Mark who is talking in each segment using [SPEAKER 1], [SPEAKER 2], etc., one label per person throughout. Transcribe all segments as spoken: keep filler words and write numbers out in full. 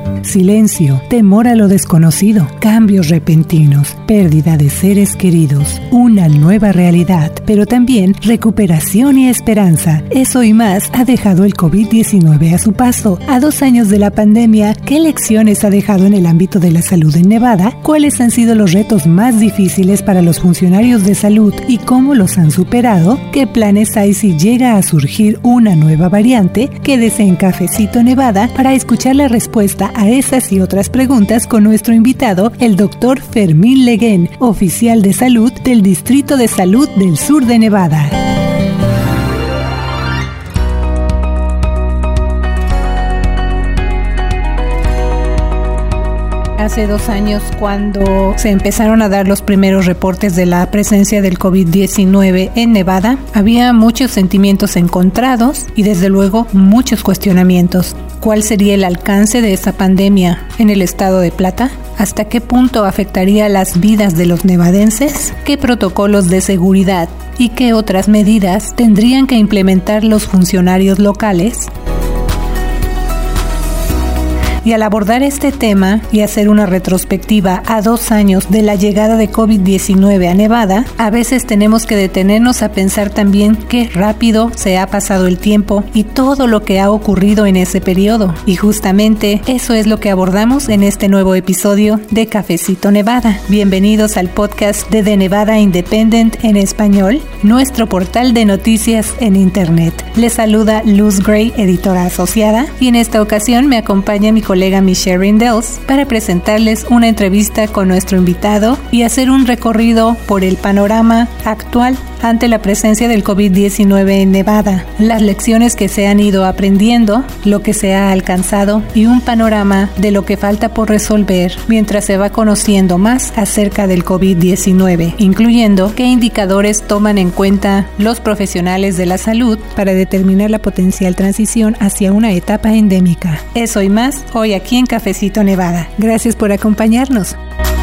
[SPEAKER 1] Silencio, temor a lo desconocido, cambios repentinos, pérdida de seres queridos, una nueva realidad, pero también recuperación y esperanza. Eso y más ha dejado el covid diecinueve a su paso. A dos años de la pandemia, ¿qué lecciones ha dejado en el ámbito de la salud en Nevada? ¿Cuáles han sido los retos más difíciles para los funcionarios de salud y cómo los han superado? ¿Qué planes hay si llega a surgir una nueva variante? Quédese en Cafecito Nevada para escuchar la respuesta a esas y otras preguntas con nuestro invitado, el doctor Fermín Leguén, oficial de salud del Distrito de Salud del Sur de Nevada. Hace dos años, cuando se empezaron a dar los primeros reportes de la presencia del covid diecinueve en Nevada, había muchos sentimientos encontrados y desde luego muchos cuestionamientos. ¿Cuál sería el alcance de esta pandemia en el estado de Plata? ¿Hasta qué punto afectaría las vidas de los nevadenses? ¿Qué protocolos de seguridad y qué otras medidas tendrían que implementar los funcionarios locales? Y al abordar este tema y hacer una retrospectiva a dos años de la llegada de covid diecinueve a Nevada, a veces tenemos que detenernos a pensar también qué rápido se ha pasado el tiempo y todo lo que ha ocurrido en ese periodo. Y justamente eso es lo que abordamos en este nuevo episodio de Cafecito Nevada. Bienvenidos al podcast de The Nevada Independent en español, nuestro portal de noticias en internet. Les saluda Luz Gray, editora asociada, y en esta ocasión me acompaña mi colega colega Michelle Rindels para presentarles una entrevista con nuestro invitado y hacer un recorrido por el panorama actual ante la presencia del covid diecinueve en Nevada, las lecciones que se han ido aprendiendo, lo que se ha alcanzado y un panorama de lo que falta por resolver mientras se va conociendo más acerca del covid diecinueve, incluyendo qué indicadores toman en cuenta los profesionales de la salud para determinar la potencial transición hacia una etapa endémica. Eso y más hoy aquí en Cafecito Nevada. Gracias por acompañarnos.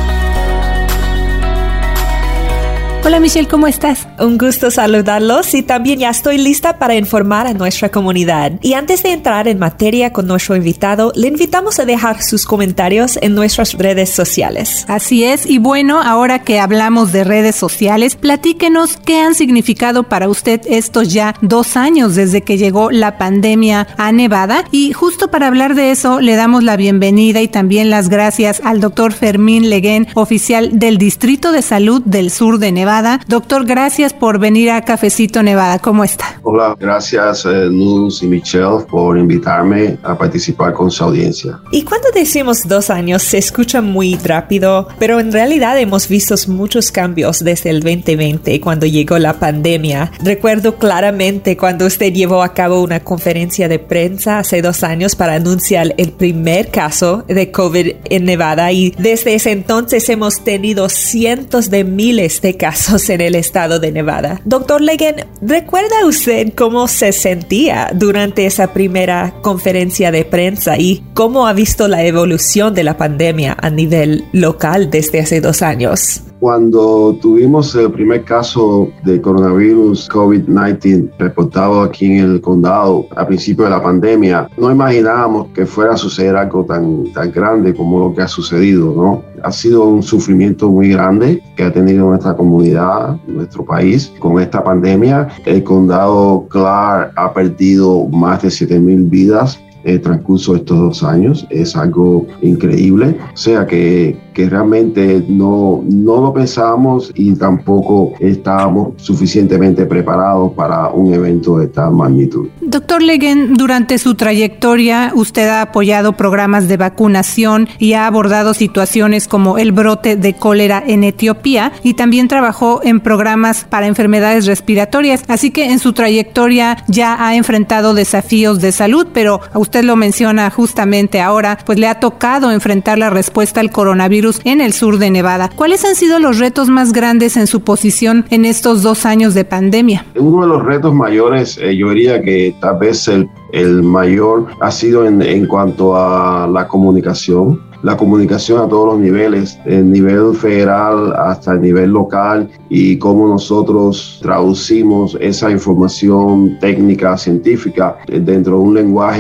[SPEAKER 1] Hola Michelle, ¿cómo estás?
[SPEAKER 2] Un gusto saludarlos y también ya estoy lista para informar a nuestra comunidad. Y antes de entrar en materia con nuestro invitado, le invitamos a dejar sus comentarios en nuestras redes sociales.
[SPEAKER 1] Así es, y bueno, ahora que hablamos de redes sociales, platíquenos qué han significado para usted estos ya dos años desde que llegó la pandemia a Nevada. Y justo para hablar de eso, le damos la bienvenida y también las gracias al doctor Fermín Leguén, oficial del Distrito de Salud del Sur de Nevada. Doctor, gracias por venir a Cafecito Nevada. ¿Cómo está?
[SPEAKER 3] Hola, gracias eh, Luz y Michelle por invitarme a participar con su audiencia.
[SPEAKER 2] Y cuando decimos dos años se escucha muy rápido, pero en realidad hemos visto muchos cambios desde el veinte veinte cuando llegó la pandemia. Recuerdo claramente cuando usted llevó a cabo una conferencia de prensa hace dos años para anunciar el primer caso de COVID en Nevada y desde ese entonces hemos tenido cientos de miles de casos en el estado de Nevada. Doctor Leguén, ¿recuerda usted cómo se sentía durante esa primera conferencia de prensa y cómo ha visto la evolución de la pandemia a nivel local desde hace dos años?
[SPEAKER 3] Cuando tuvimos el primer caso de coronavirus covid diecinueve reportado aquí en el condado a principio de la pandemia, no imaginábamos que fuera a suceder algo tan, tan grande como lo que ha sucedido, ¿no? Ha sido un sufrimiento muy grande que ha tenido nuestra comunidad, nuestro país. Con esta pandemia, el condado Clark ha perdido más de siete mil vidas en el transcurso de estos dos años. Es algo increíble. O sea que, que realmente no, no lo pensábamos y tampoco estábamos suficientemente preparados para un evento de tal magnitud.
[SPEAKER 1] Doctor Leguén, durante su trayectoria usted ha apoyado programas de vacunación y ha abordado situaciones como el brote de cólera en Etiopía y también trabajó en programas para enfermedades respiratorias. Así que en su trayectoria ya ha enfrentado desafíos de salud, pero a usted Usted lo menciona justamente ahora, pues le ha tocado enfrentar la respuesta al coronavirus en el sur de Nevada. ¿Cuáles han sido los retos más grandes en su posición en estos dos años de pandemia?
[SPEAKER 3] Uno de los retos mayores, eh, yo diría que tal vez el, el mayor ha sido en, en cuanto a la comunicación. La comunicación a todos los niveles, el nivel federal hasta el nivel local y cómo nosotros traducimos esa información técnica, científica dentro de un lenguaje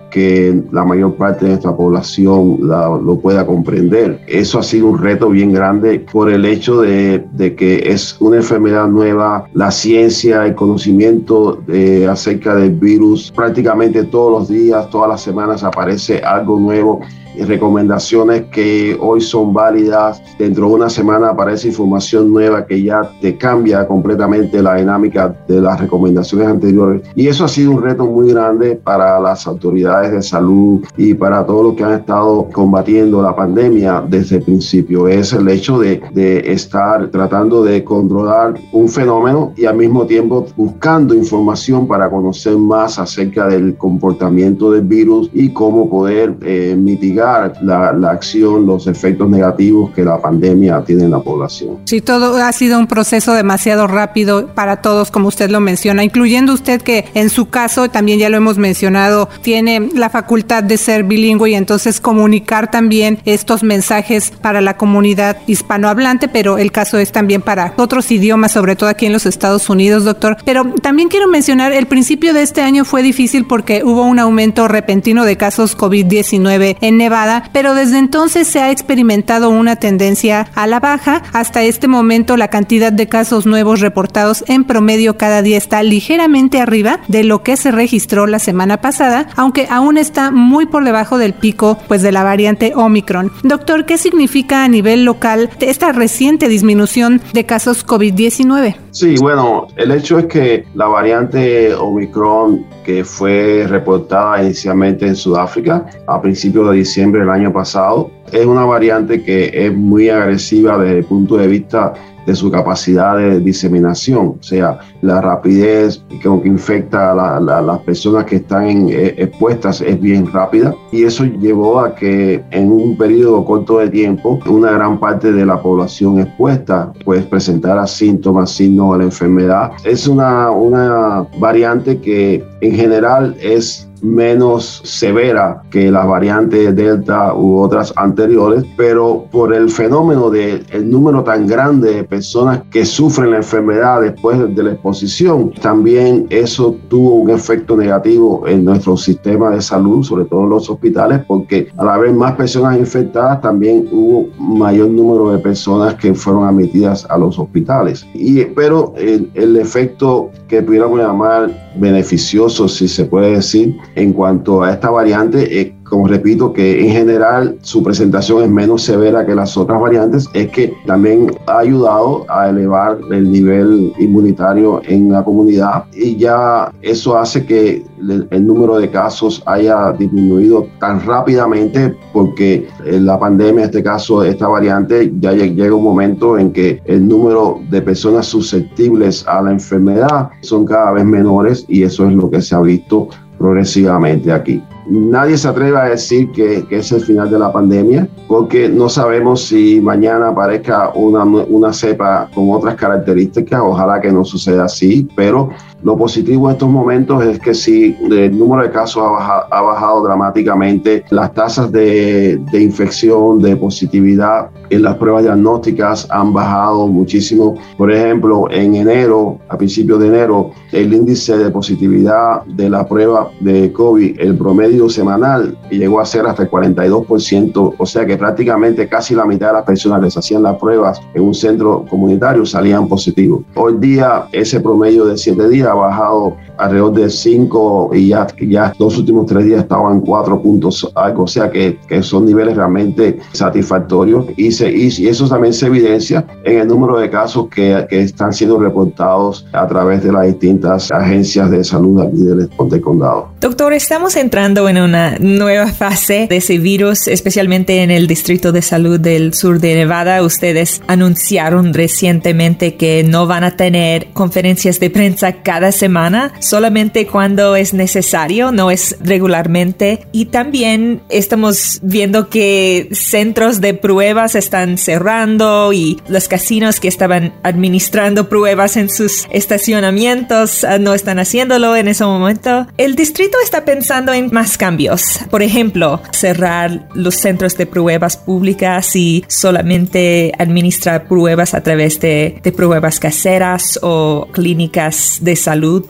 [SPEAKER 3] que la mayor parte de nuestra población la, lo pueda comprender. Eso ha sido un reto bien grande por el hecho de, de que es una enfermedad nueva. La ciencia, el conocimiento de, acerca del virus, prácticamente todos los días, todas las semanas aparece algo nuevo. Recomendaciones que hoy son válidas, dentro de una semana aparece información nueva que ya te cambia completamente la dinámica de las recomendaciones anteriores, y eso ha sido un reto muy grande para las autoridades de salud y para todos los que han estado combatiendo la pandemia desde el principio. Es el hecho de, de estar tratando de controlar un fenómeno y al mismo tiempo buscando información para conocer más acerca del comportamiento del virus y cómo poder eh, mitigar La, la acción, los efectos negativos que la pandemia tiene en la población.
[SPEAKER 1] Sí, todo ha sido un proceso demasiado rápido para todos, como usted lo menciona, incluyendo usted que en su caso, también ya lo hemos mencionado, tiene la facultad de ser bilingüe y entonces comunicar también estos mensajes para la comunidad hispanohablante, pero el caso es también para otros idiomas, sobre todo aquí en los Estados Unidos, doctor. Pero también quiero mencionar, el principio de este año fue difícil porque hubo un aumento repentino de casos COVID diecinueve en Nevada, pero desde entonces se ha experimentado una tendencia a la baja. Hasta este momento la cantidad de casos nuevos reportados en promedio cada día está ligeramente arriba de lo que se registró la semana pasada, aunque aún está muy por debajo del pico pues de la variante Omicron. Doctor, ¿qué significa a nivel local esta reciente disminución de casos COVID diecinueve?
[SPEAKER 3] Sí, bueno, el hecho es que la variante Omicron, que fue reportada inicialmente en Sudáfrica a principios de diciembre del año pasado, es una variante que es muy agresiva desde el punto de vista de su capacidad de diseminación, o sea, la rapidez con que infecta a la, la, las personas que están en, eh, expuestas es bien rápida, y eso llevó a que en un periodo corto de tiempo una gran parte de la población expuesta pues presentara síntomas, signos de la enfermedad. Es una, una variante que en general es menos severa que las variantes Delta u otras anteriores, pero por el fenómeno del número tan grande de personas que sufren la enfermedad después de la exposición, también eso tuvo un efecto negativo en nuestro sistema de salud, sobre todo en los hospitales, porque al haber más personas infectadas también hubo mayor número de personas que fueron admitidas a los hospitales. Y, pero el, el efecto que pudiéramos llamar beneficioso, si se puede decir, en cuanto a esta variante, eh, como repito, que en general su presentación es menos severa que las otras variantes, es que también ha ayudado a elevar el nivel inmunitario en la comunidad, y ya eso hace que el, el número de casos haya disminuido tan rápidamente, porque la pandemia, en este caso esta variante, ya llega un momento en que el número de personas susceptibles a la enfermedad son cada vez menores, y eso es lo que se ha visto progresivamente aquí. Nadie se atreve a decir que, que es el final de la pandemia, porque no sabemos si mañana aparezca una, una cepa con otras características. Ojalá que no suceda así, pero lo positivo en estos momentos es que sí, el número de casos ha bajado, ha bajado dramáticamente. Las tasas de, de infección, de positividad en las pruebas diagnósticas han bajado muchísimo. Por ejemplo, en enero, a principios de enero, el índice de positividad de la prueba de COVID, el promedio semanal, llegó a ser hasta el cuarenta y dos por ciento, o sea que prácticamente casi la mitad de las personas que se hacían las pruebas en un centro comunitario salían positivos. Hoy día ese promedio de siete días ha bajado alrededor de cinco, y ya, ya los últimos tres días estaban en cuatro puntos algo, o sea que, que son niveles realmente satisfactorios, y, se, y, y eso también se evidencia en el número de casos que, que están siendo reportados a través de las distintas agencias de salud aquí del, del condado.
[SPEAKER 2] Doctor, estamos entrando en una nueva fase de ese virus, especialmente en el Distrito de Salud del sur de Nevada. Ustedes anunciaron recientemente que no van a tener conferencias de prensa cada semana, solamente cuando es necesario, no es regularmente. Y también estamos viendo que centros de pruebas están cerrando, y los casinos que estaban administrando pruebas en sus estacionamientos no están haciéndolo en ese momento. El distrito está pensando en más cambios. Por ejemplo, cerrar los centros de pruebas públicas y solamente administrar pruebas a través de, de pruebas caseras o clínicas de salud.
[SPEAKER 3] En realidad,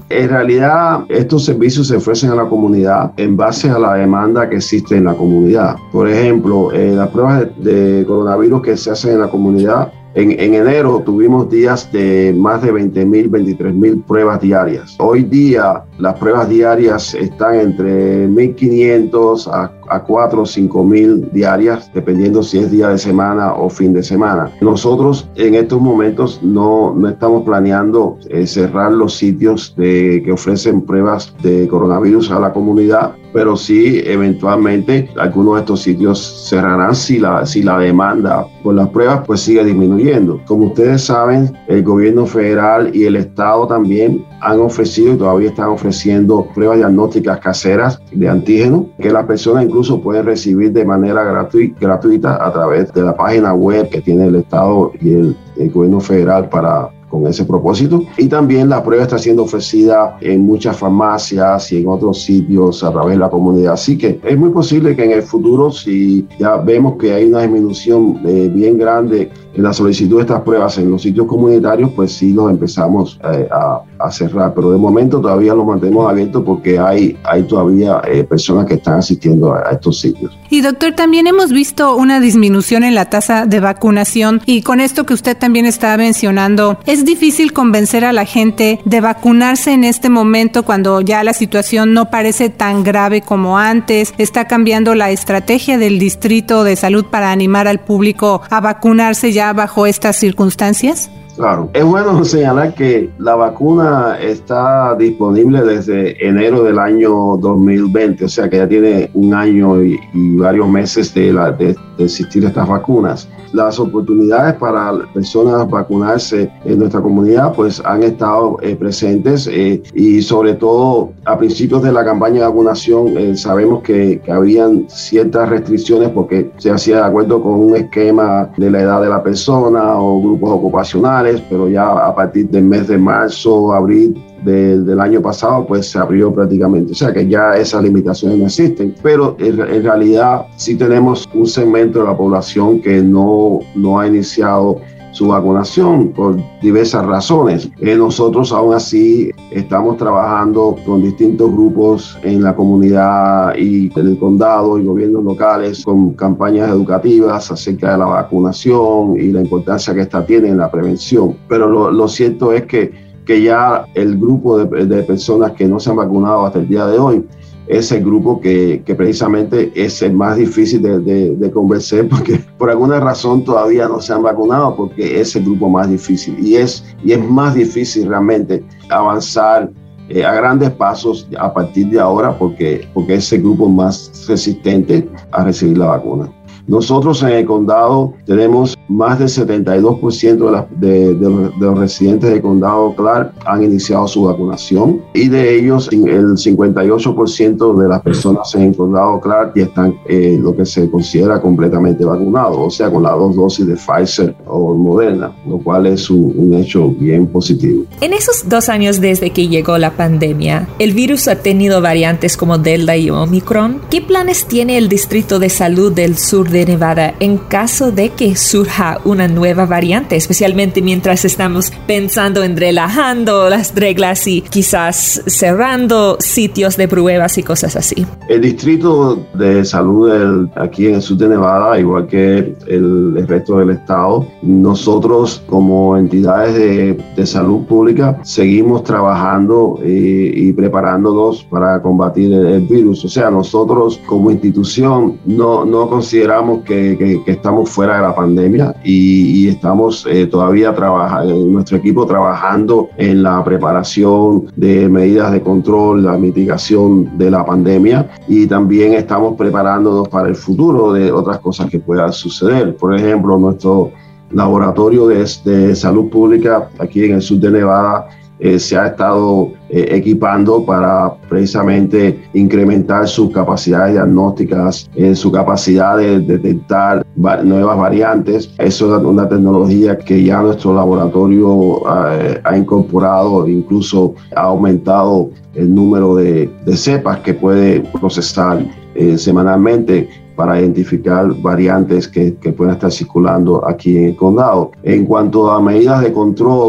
[SPEAKER 3] realidad, estos servicios se ofrecen a la comunidad en base a la demanda que existe en la comunidad. Por ejemplo, eh, las pruebas de, de coronavirus que se hacen en la comunidad, En, en enero tuvimos días de más de veinte mil, veintitrés mil pruebas diarias. Hoy día las pruebas diarias están entre mil quinientos a, a cuatro o cinco mil diarias, dependiendo si es día de semana o fin de semana. Nosotros en estos momentos no, no estamos planeando eh, cerrar los sitios de, que ofrecen pruebas de coronavirus a la comunidad, pero sí eventualmente algunos de estos sitios cerrarán si la, si la demanda por las pruebas pues sigue disminuyendo. Como ustedes saben, el gobierno federal y el estado también han ofrecido y todavía están ofreciendo pruebas diagnósticas caseras de antígeno que las personas incluso pueden recibir de manera gratu- gratuita a través de la página web que tiene el estado y el, el gobierno federal para con ese propósito. Y también la prueba está siendo ofrecida en muchas farmacias y en otros sitios a través de la comunidad. Así que es muy posible que en el futuro, si ya vemos que hay una disminución eh, bien grande en la solicitud de estas pruebas en los sitios comunitarios, pues sí los empezamos eh, a, a cerrar. Pero de momento todavía los mantenemos abiertos porque hay, hay todavía eh, personas que están asistiendo a, a estos sitios.
[SPEAKER 1] Y doctor, también hemos visto una disminución en la tasa de vacunación, y con esto que usted también estaba mencionando, ¿es difícil convencer a la gente de vacunarse en este momento cuando ya la situación no parece tan grave como antes? ¿Está cambiando la estrategia del Distrito de Salud para animar al público a vacunarse ya bajo estas circunstancias?
[SPEAKER 3] Claro, es bueno señalar que la vacuna está disponible desde enero del año dos mil veinte, o sea que ya tiene un año y, y varios meses de, la, de, de existir estas vacunas. Las oportunidades para personas vacunarse en nuestra comunidad pues han estado eh, presentes eh, y sobre todo a principios de la campaña de vacunación eh, sabemos que, que habían ciertas restricciones porque se hacía de acuerdo con un esquema de la edad de la persona o grupos ocupacionales, pero ya a partir del mes de marzo, abril de, del año pasado, pues se abrió prácticamente. O sea que ya esas limitaciones no existen, pero en, en realidad sí tenemos un segmento de la población que no, no ha iniciado su vacunación por diversas razones. Eh, nosotros aún así estamos trabajando con distintos grupos en la comunidad y en el condado y gobiernos locales con campañas educativas acerca de la vacunación y la importancia que esta tiene en la prevención. Pero lo, lo cierto es que que ya el grupo de, de personas que no se han vacunado hasta el día de hoy es el grupo que, que precisamente es el más difícil de, de, de convencer porque por alguna razón todavía no se han vacunado porque es el grupo más difícil y es, y es más difícil realmente avanzar eh, a grandes pasos a partir de ahora porque, porque es el grupo más resistente a recibir la vacuna. Nosotros en el condado tenemos más del setenta y dos por ciento de, la, de, de, los, de los residentes del condado Clark han iniciado su vacunación y de ellos el cincuenta y ocho por ciento de las personas en el condado Clark ya están eh, lo que se considera completamente vacunados, o sea, con las dos dosis de Pfizer o Moderna, lo cual es un, un hecho bien positivo.
[SPEAKER 2] En esos dos años desde que llegó la pandemia, el virus ha tenido variantes como Delta y Omicron. ¿Qué planes tiene el Distrito de Salud del Sur de Nevada en caso de que surja una nueva variante, especialmente mientras estamos pensando en relajando las reglas y quizás cerrando sitios de pruebas y cosas así?
[SPEAKER 3] El Distrito de Salud del, aquí en el sur de Nevada, igual que el, el resto del estado, nosotros como entidades de, de salud pública seguimos trabajando y, y preparándonos para combatir el, el virus. O sea, nosotros como institución no, no consideramos Que, que, que estamos fuera de la pandemia y, y estamos eh, todavía trabajando, nuestro equipo trabajando en la preparación de medidas de control, la mitigación de la pandemia y también estamos preparándonos para el futuro de otras cosas que puedan suceder. Por ejemplo, nuestro laboratorio de, de salud pública aquí en el sur de Nevada Eh, se ha estado eh, equipando para precisamente incrementar sus capacidades diagnósticas, eh, su capacidad de detectar va- nuevas variantes. Eso es una tecnología que ya nuestro laboratorio eh, ha incorporado, incluso ha aumentado el número de, de cepas que puede procesar eh, semanalmente para identificar variantes que, que puedan estar circulando aquí en el condado. En cuanto a medidas de control,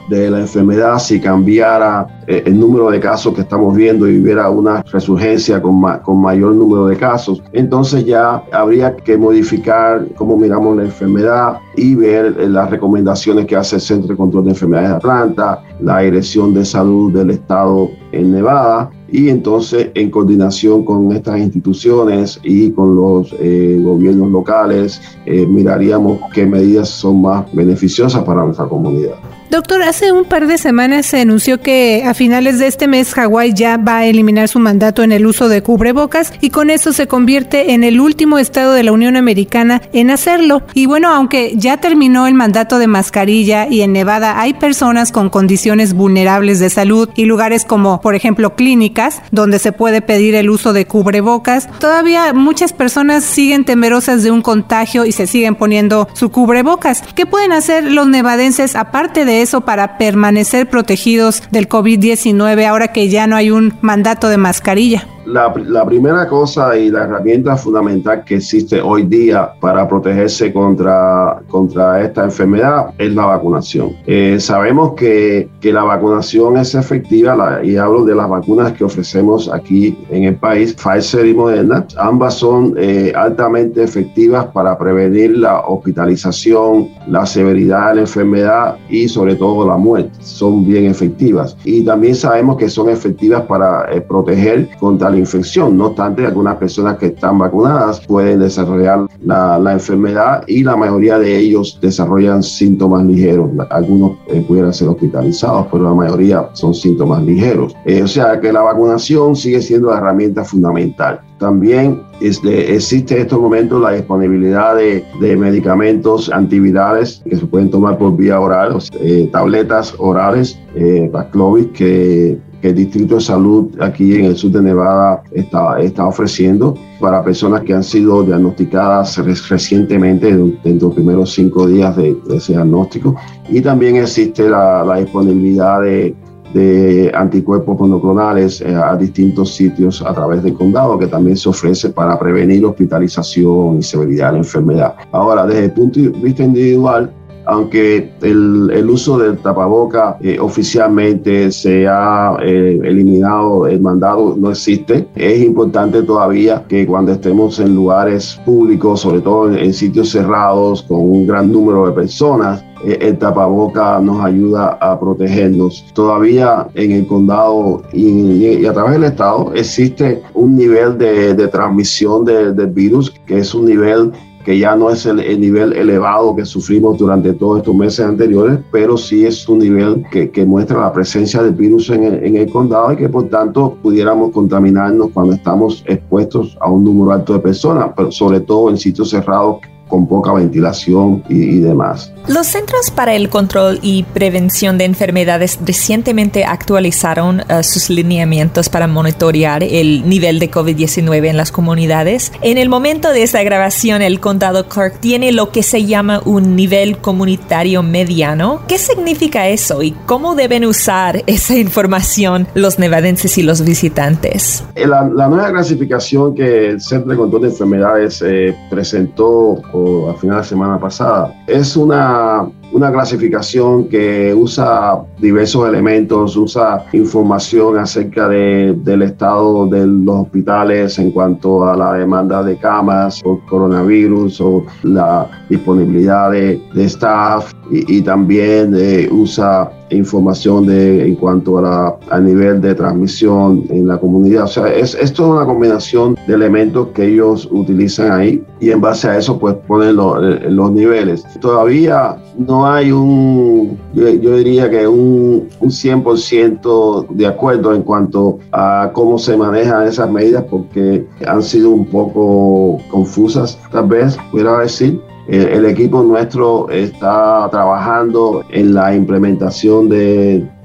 [SPEAKER 3] de la enfermedad, si cambiara eh, el número de casos que estamos viendo y hubiera una resurgencia con, ma- con mayor número de casos, entonces ya habría que modificar cómo miramos la enfermedad y ver eh, las recomendaciones que hace el Centro de Control de Enfermedades de Atlanta, la Dirección de Salud del Estado en Nevada, y entonces en coordinación con estas instituciones y con los eh, gobiernos locales eh, miraríamos qué medidas son más beneficiosas para nuestra comunidad.
[SPEAKER 1] Doctor, hace un par de semanas se anunció que a finales de este mes Hawái ya va a eliminar su mandato en el uso de cubrebocas y con eso se convierte en el último estado de la Unión Americana en hacerlo. Y bueno, aunque ya terminó el mandato de mascarilla y en Nevada hay personas con condiciones vulnerables de salud y lugares como, por ejemplo, clínicas donde se puede pedir el uso de cubrebocas, todavía muchas personas siguen temerosas de un contagio y se siguen poniendo su cubrebocas. ¿Qué pueden hacer los nevadenses aparte de eso para permanecer protegidos del COVID diecinueve ahora que ya no hay un mandato de mascarilla?
[SPEAKER 3] La, la primera cosa y la herramienta fundamental que existe hoy día para protegerse contra, contra esta enfermedad es la vacunación. Eh, sabemos que, que la vacunación es efectiva, la, y hablo de las vacunas que ofrecemos aquí en el país, Pfizer y Moderna. Ambas son eh, altamente efectivas para prevenir la hospitalización, la severidad de la enfermedad y sobre todo la muerte. Son bien efectivas. Y también sabemos que son efectivas para eh, proteger contra la infección. No obstante, algunas personas que están vacunadas pueden desarrollar la, la enfermedad y la mayoría de ellos desarrollan síntomas ligeros. Algunos eh, pudieran ser hospitalizados, pero la mayoría son síntomas ligeros. Eh, o sea que la vacunación sigue siendo la herramienta fundamental. También este, existe en estos momentos la disponibilidad de, de medicamentos antivirales que se pueden tomar por vía oral, o sea, eh, tabletas orales, eh, Paxlovid, que que el Distrito de Salud aquí en el sur de Nevada está, está ofreciendo para personas que han sido diagnosticadas recientemente dentro de los primeros cinco días de, de ese diagnóstico. Y también existe la, la disponibilidad de, de anticuerpos monoclonales eh, a distintos sitios a través del condado, que también se ofrece para prevenir hospitalización y severidad de la enfermedad. Ahora, desde el punto de vista individual, aunque el, el uso del tapaboca eh, oficialmente se ha eh, eliminado, el mandado no existe, es importante todavía que cuando estemos en lugares públicos, sobre todo en, en sitios cerrados con un gran número de personas, eh, el tapaboca nos ayuda a protegernos. Todavía en el condado y, y, y a través del estado existe un nivel de, de transmisión de, del virus que es un nivel que ya no es el, el nivel elevado que sufrimos durante todos estos meses anteriores, pero sí es un nivel que, que muestra la presencia del virus en el, en el condado y que por tanto pudiéramos contaminarnos cuando estamos expuestos a un número alto de personas, pero sobre todo en sitios cerrados con poca ventilación y, y demás.
[SPEAKER 2] Los Centros para el Control y Prevención de Enfermedades recientemente actualizaron uh, sus lineamientos para monitorear el nivel de COVID diecinueve en las comunidades. En el momento de esta grabación, el condado Clark tiene lo que se llama un nivel comunitario mediano. ¿Qué significa eso y cómo deben usar esa información los nevadenses y los visitantes?
[SPEAKER 3] La, la nueva clasificación que el Centro de Control de Enfermedades eh, presentó a final de semana pasada es una, una clasificación que usa diversos elementos, usa información acerca de, del estado de los hospitales en cuanto a la demanda de camas por coronavirus o la disponibilidad de, de staff y, y también eh, usa información de, en cuanto a la, al nivel de transmisión en la comunidad. O sea, es, es toda una combinación de elementos que ellos utilizan ahí y en base a eso pues ponen lo, los niveles. Todavía no hay un, yo, yo diría que un, un cien por ciento de acuerdo en cuanto a cómo se manejan esas medidas porque han sido un poco confusas, tal vez, pudiera decir. El equipo nuestro está trabajando en la implementación de,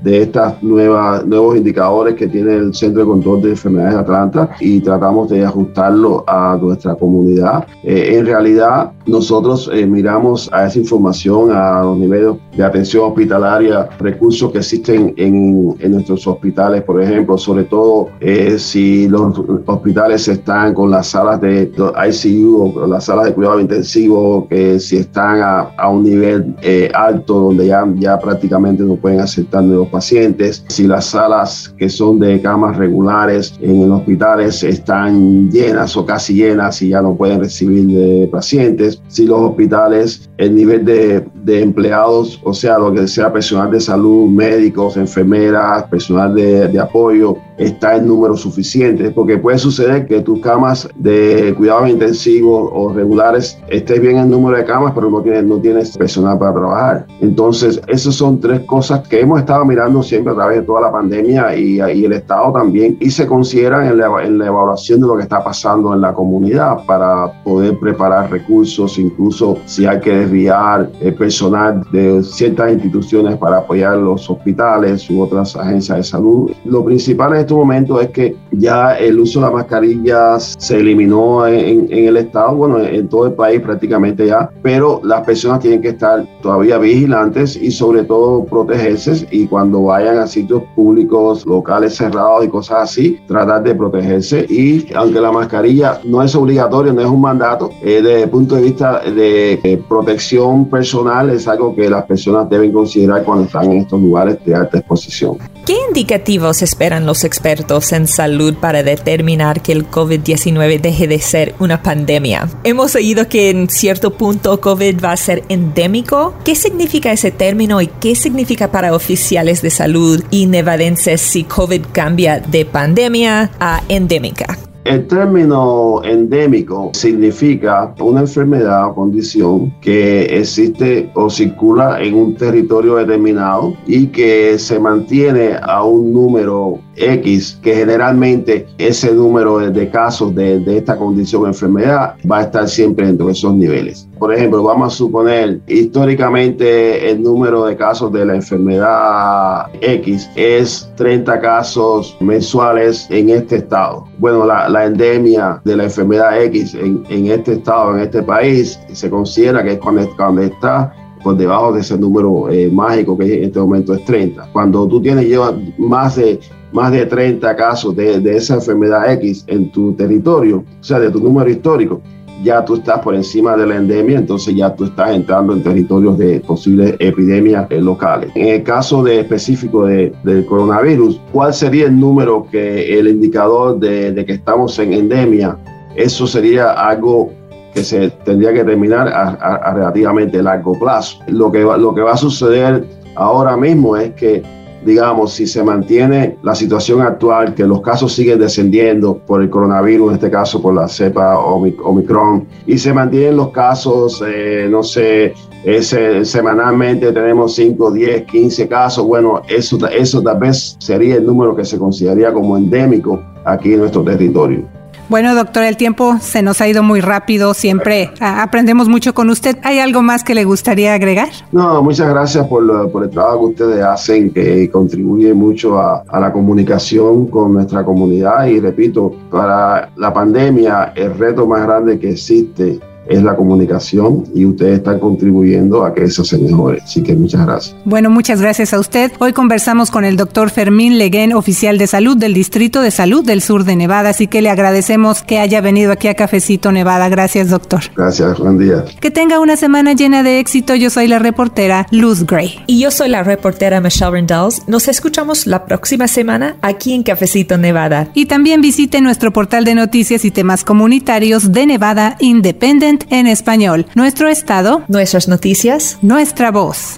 [SPEAKER 3] de estos nuevos indicadores que tiene el Centro de Control de Enfermedades de Atlanta y tratamos de ajustarlo a nuestra comunidad. Eh, en realidad, nosotros eh, miramos a esa información, a los niveles de atención hospitalaria, recursos que existen en, en nuestros hospitales, por ejemplo, sobre todo eh, si los hospitales están con las salas de I C U o las salas de cuidado intensivo, que si están a, a un nivel eh, alto donde ya, ya prácticamente no pueden aceptar nuevos pacientes, si las salas que son de camas regulares en los hospitales están llenas o casi llenas y ya no pueden recibir de pacientes, si los hospitales, el nivel de, de empleados, o sea, lo que sea personal de salud, médicos, enfermeras, personal de, de apoyo, está en número suficiente, porque puede suceder que tus camas de cuidados intensivos o regulares estés bien en número de camas, pero no tienes, no tienes personal para trabajar. Entonces, esas son tres cosas que hemos estado mirando siempre a través de toda la pandemia y, y el Estado también, y se consideran en la, en la evaluación de lo que está pasando en la comunidad para poder preparar recursos, incluso si hay que desviar el personal de ciertas instituciones para apoyar los hospitales u otras agencias de salud. Lo principal en este momento es que ya el uso de las mascarillas se eliminó en, en el estado, bueno, en todo el país prácticamente ya, pero las personas tienen que estar todavía vigilantes y sobre todo protegerse, y cuando vayan a sitios públicos, locales cerrados y cosas así, tratar de protegerse. Y aunque la mascarilla no es obligatoria, no es un mandato, eh, desde el punto de vista de eh, protección personal es algo que las personas deben considerar cuando están en estos lugares de alta exposición.
[SPEAKER 2] ¿Qué indicativos esperan los expertos en salud para determinar que el COVID diecinueve deje de ser una pandemia? Hemos oído que en cierto punto COVID va a ser endémico. ¿Qué significa ese término y qué significa para oficiales de salud y nevadenses si COVID cambia de pandemia a endémica?
[SPEAKER 3] El término endémico significa una enfermedad o condición que existe o circula en un territorio determinado y que se mantiene a un número X, que generalmente ese número de, de casos de, de esta condición o enfermedad va a estar siempre dentro de esos niveles. Por ejemplo, vamos a suponer, históricamente el número de casos de la enfermedad X es treinta casos mensuales en este estado. Bueno, la, la endemia de la enfermedad X en, en este estado, en este país, se considera que es cuando, cuando está por debajo de ese número eh, mágico que en este momento es treinta. Cuando tú tienes lleva más de más de treinta casos de, de esa enfermedad X en tu territorio, o sea, de tu número histórico, ya tú estás por encima de la endemia, entonces ya tú estás entrando en territorios de posibles epidemias eh, locales. En el caso de, específico de, del coronavirus, ¿cuál sería el número que el indicador de, de que estamos en endemia? Eso sería algo que se tendría que terminar a, a, a relativamente largo plazo. Lo que, va, lo que va a suceder ahora mismo es que, digamos, si se mantiene la situación actual, que los casos siguen descendiendo por el coronavirus, en este caso por la cepa Omicron, y se mantienen los casos, eh, no sé, ese, semanalmente tenemos cinco, diez, quince casos, bueno, eso, eso tal vez sería el número que se consideraría como endémico aquí en nuestro territorio.
[SPEAKER 1] Bueno, doctor, el tiempo se nos ha ido muy rápido, siempre aprendemos mucho con usted. ¿Hay algo más que le gustaría agregar?
[SPEAKER 3] No, muchas gracias por, por el trabajo que ustedes hacen, que contribuye mucho a, a la comunicación con nuestra comunidad. Y repito, para la pandemia, el reto más grande que existe es la comunicación, y ustedes están contribuyendo a que eso se mejore. Así que muchas gracias.
[SPEAKER 1] Bueno, muchas gracias a usted. Hoy conversamos con el doctor Fermín Leguén, oficial de salud del Distrito de Salud del Sur de Nevada, así que le agradecemos que haya venido aquí a Cafecito Nevada. Gracias, doctor.
[SPEAKER 3] Gracias, buen día.
[SPEAKER 1] Que tenga una semana llena de éxito. Yo soy la reportera Luz Gray.
[SPEAKER 2] Y yo soy la reportera Michelle Rendells. Nos escuchamos la próxima semana aquí en Cafecito Nevada.
[SPEAKER 1] Y también visite nuestro portal de noticias y temas comunitarios de Nevada Independent en español. Nuestro estado,
[SPEAKER 2] nuestras noticias,
[SPEAKER 1] nuestra voz.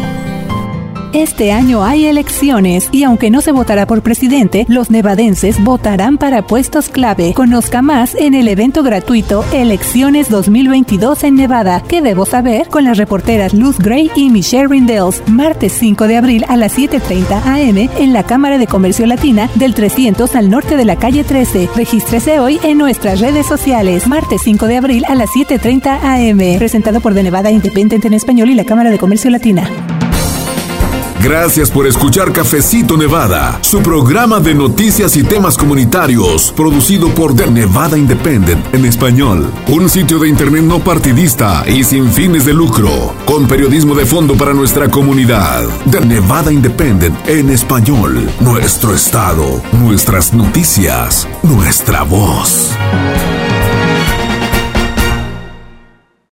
[SPEAKER 1] Este año hay elecciones y aunque no se votará por presidente, los nevadenses votarán para puestos clave. Conozca más en el evento gratuito Elecciones dos mil veintidós en Nevada. ¿Qué debo saber? Con las reporteras Luz Gray y Michelle Rendells. Martes cinco de abril a las siete treinta a eme en la Cámara de Comercio Latina del trescientos al norte de la calle trece. Regístrese hoy en nuestras redes sociales. Martes cinco de abril a las siete treinta a eme. Presentado por The Nevada Independent en español y la Cámara de Comercio Latina.
[SPEAKER 4] Gracias por escuchar Cafecito Nevada, su programa de noticias y temas comunitarios, producido por The Nevada Independent en español. Un sitio de internet no partidista y sin fines de lucro, con periodismo de fondo para nuestra comunidad. The Nevada Independent en español. Nuestro estado, nuestras noticias, nuestra voz.